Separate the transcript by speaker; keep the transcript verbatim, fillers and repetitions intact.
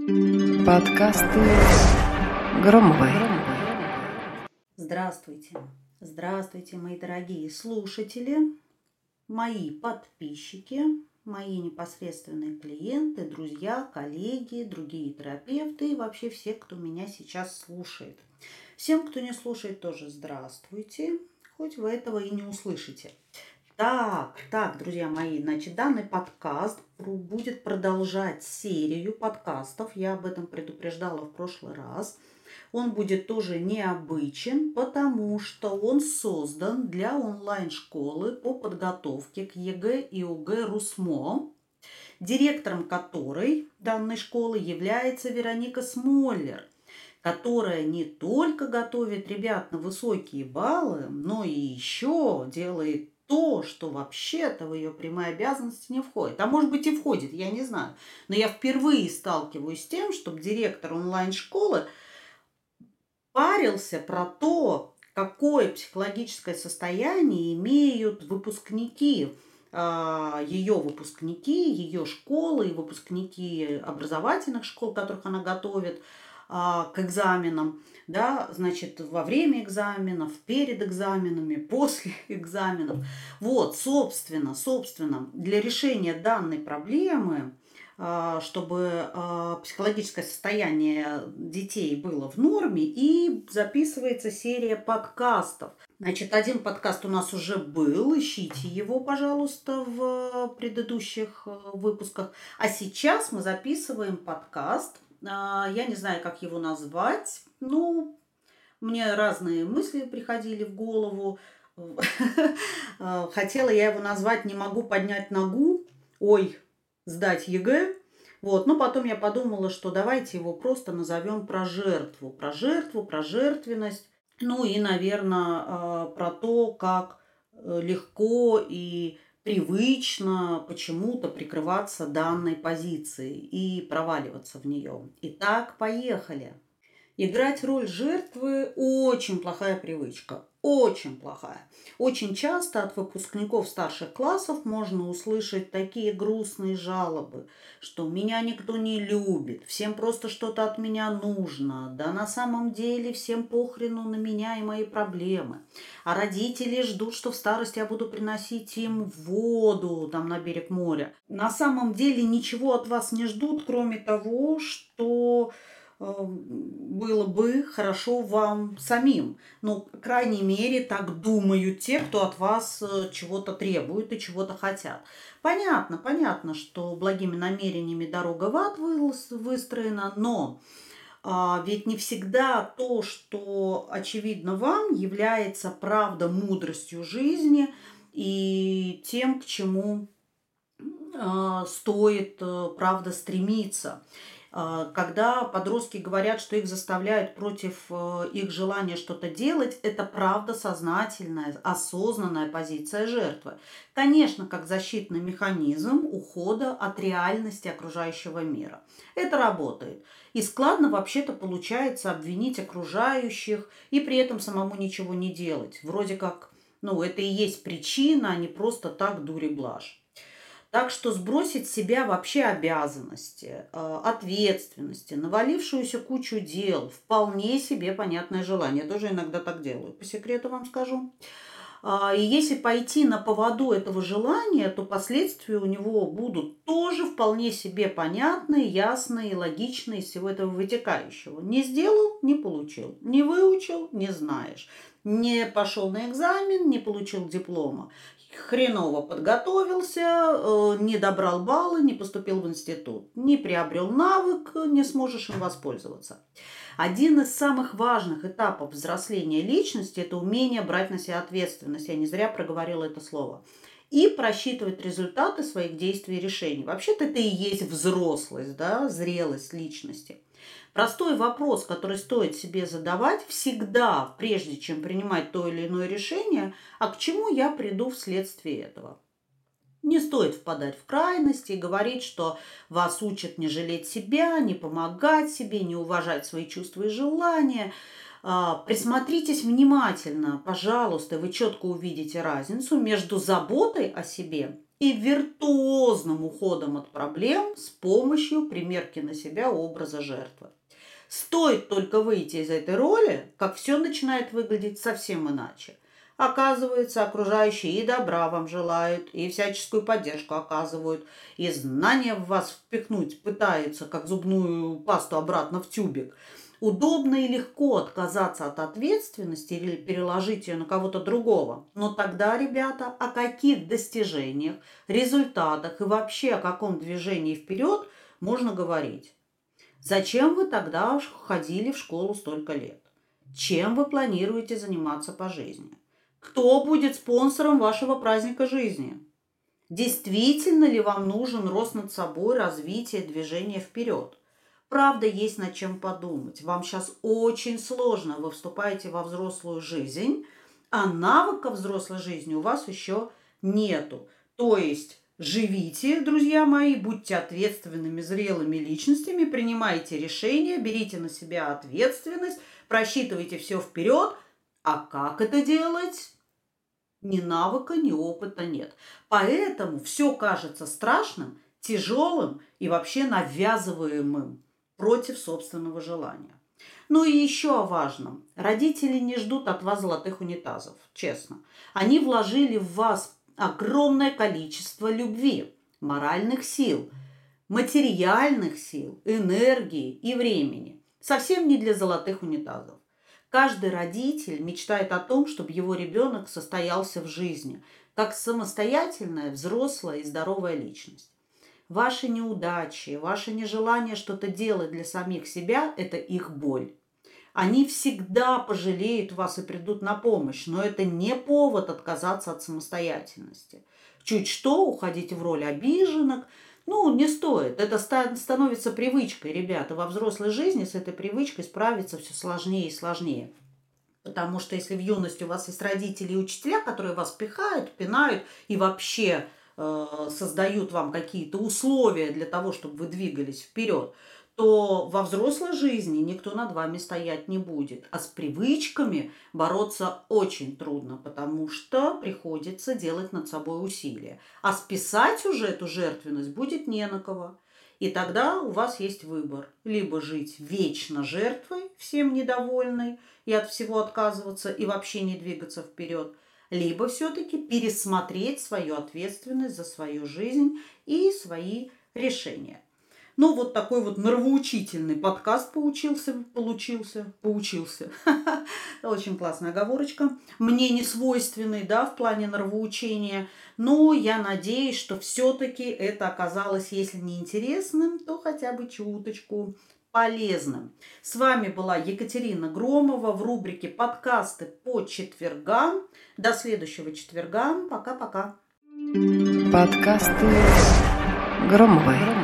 Speaker 1: Подкасты Громовой.
Speaker 2: Здравствуйте. Здравствуйте, мои дорогие слушатели, мои подписчики, мои непосредственные клиенты, друзья, коллеги, другие терапевты и вообще все, кто меня сейчас слушает. Всем, кто не слушает, тоже здравствуйте, хоть вы этого и не услышите. Так, так, друзья мои, значит, данный подкаст будет продолжать серию подкастов. Я об этом предупреждала в прошлый раз. Он будет тоже необычен, потому что он создан для онлайн-школы по подготовке к ЕГЭ и ОГЭ РУСМО, директором которой данной школы является Вероника Смоллер, которая не только готовит ребят на высокие баллы, но и еще делает то, что вообще-то в ее прямые обязанности не входит. А может быть и входит, я не знаю. Но я впервые сталкиваюсь с тем, чтобы директор онлайн-школы парился про то, какое психологическое состояние имеют выпускники, ее выпускники, ее школы и выпускники образовательных школ, которых она готовит к экзаменам, да, значит, во время экзаменов, перед экзаменами, после экзаменов. Вот, собственно, собственно, для решения данной проблемы, чтобы психологическое состояние детей было в норме, и записывается серия подкастов. Значит, один подкаст у нас уже был, ищите его, пожалуйста, в предыдущих выпусках. А сейчас мы записываем подкаст. Я не знаю, как его назвать. Ну, мне разные мысли приходили в голову. Хотела я его назвать «Не могу поднять ногу». Ой, сдать ЕГЭ. Вот, но потом я подумала, что давайте его просто назовем про жертву. Про жертву, про жертвенность. Ну и, наверное, про то, как легко и привычно почему-то прикрываться данной позицией и проваливаться в нее. Итак, поехали. Играть роль жертвы – очень плохая привычка. Очень плохая. Очень часто от выпускников старших классов можно услышать такие грустные жалобы, что меня никто не любит, всем просто что-то от меня нужно, да на самом деле всем похрену на меня и мои проблемы. А родители ждут, что в старости я буду приносить им воду там на берег моря. На самом деле ничего от вас не ждут, кроме того, что было бы хорошо вам самим. Но, по крайней мере, так думают те, кто от вас чего-то требует и чего-то хотят. Понятно, понятно, что благими намерениями дорога в ад выстроена, но а, ведь не всегда то, что очевидно вам, является правда мудростью жизни и тем, к чему а, стоит, правда, стремиться. Когда подростки говорят, что их заставляют против их желания что-то делать, это правда сознательная, осознанная позиция жертвы. Конечно, как защитный механизм ухода от реальности окружающего мира. Это работает. И складно вообще-то получается обвинить окружающих и при этом самому ничего не делать. Вроде как, ну, это и есть причина, а не просто так дури-блажь. Так что сбросить с себя вообще обязанности, ответственности, навалившуюся кучу дел, вполне себе понятное желание. Я тоже иногда так делаю, по секрету вам скажу. И если пойти на поводу этого желания, то последствия у него будут тоже вполне себе понятные, ясные, логичные из всего этого вытекающего. Не сделал – не получил, не выучил – не знаешь, не пошел на экзамен – не получил диплома. Хреново подготовился, не добрал баллы, не поступил в институт, не приобрел навык, не сможешь им воспользоваться. Один из самых важных этапов взросления личности – это умение брать на себя ответственность. Я не зря проговорила это слово. И просчитывать результаты своих действий и решений. Вообще-то это и есть взрослость, да, зрелость личности. Простой вопрос, который стоит себе задавать всегда, прежде чем принимать то или иное решение, а к чему я приду вследствие этого. Не стоит впадать в крайности и говорить, что вас учат не жалеть себя, не помогать себе, не уважать свои чувства и желания. Присмотритесь внимательно, пожалуйста, вы четко увидите разницу между заботой о себе и виртуозным уходом от проблем с помощью примерки на себя образа жертвы. Стоит только выйти из этой роли, как все начинает выглядеть совсем иначе. Оказывается, окружающие и добра вам желают, и всяческую поддержку оказывают, и знания в вас впихнуть пытаются, как зубную пасту обратно в тюбик. Удобно и легко отказаться от ответственности или переложить ее на кого-то другого. Но тогда, ребята, о каких достижениях, результатах и вообще о каком движении вперед можно говорить? Зачем вы тогда ходили в школу столько лет? Чем вы планируете заниматься по жизни? Кто будет спонсором вашего праздника жизни? Действительно ли вам нужен рост над собой, развитие, движение вперед? Правда, есть над чем подумать. Вам сейчас очень сложно, вы вступаете во взрослую жизнь, а навыков взрослой жизни у вас еще нету. То есть живите, друзья мои, будьте ответственными, зрелыми личностями, принимайте решения, берите на себя ответственность, просчитывайте все вперед. А как это делать? Ни навыка, ни опыта нет. Поэтому все кажется страшным, тяжелым и вообще навязываемым против собственного желания. Ну и еще о важном. Родители не ждут от вас золотых унитазов, честно. Они вложили в вас огромное количество любви, моральных сил, материальных сил, энергии и времени. Совсем не для золотых унитазов. Каждый родитель мечтает о том, чтобы его ребенок состоялся в жизни, как самостоятельная, взрослая и здоровая личность. Ваши неудачи, ваше нежелание что-то делать для самих себя – это их боль. Они всегда пожалеют вас и придут на помощь, но это не повод отказаться от самостоятельности. Чуть что, уходить в роль обиженок – ну, не стоит. Это становится привычкой, ребята. Во взрослой жизни с этой привычкой справиться все сложнее и сложнее. Потому что если в юности у вас есть родители и учителя, которые вас пихают, пинают и вообще э, создают вам какие-то условия для того, чтобы вы двигались вперед, то во взрослой жизни никто над вами стоять не будет. А с привычками бороться очень трудно, потому что приходится делать над собой усилия. А списать уже эту жертвенность будет не на кого. И тогда у вас есть выбор. Либо жить вечно жертвой, всем недовольной, и от всего отказываться, и вообще не двигаться вперед, либо все-таки пересмотреть свою ответственность за свою жизнь и свои решения. Ну, вот такой вот нравоучительный подкаст получился, получился, поучился. Очень классная оговорочка. Мне не свойственный, да, в плане нравоучения. Но я надеюсь, что все-таки это оказалось, если не интересным, то хотя бы чуточку полезным. С вами была Екатерина Громова в рубрике «Подкасты по четвергам». До следующего четверга. Пока-пока.
Speaker 1: Подкасты Громовой.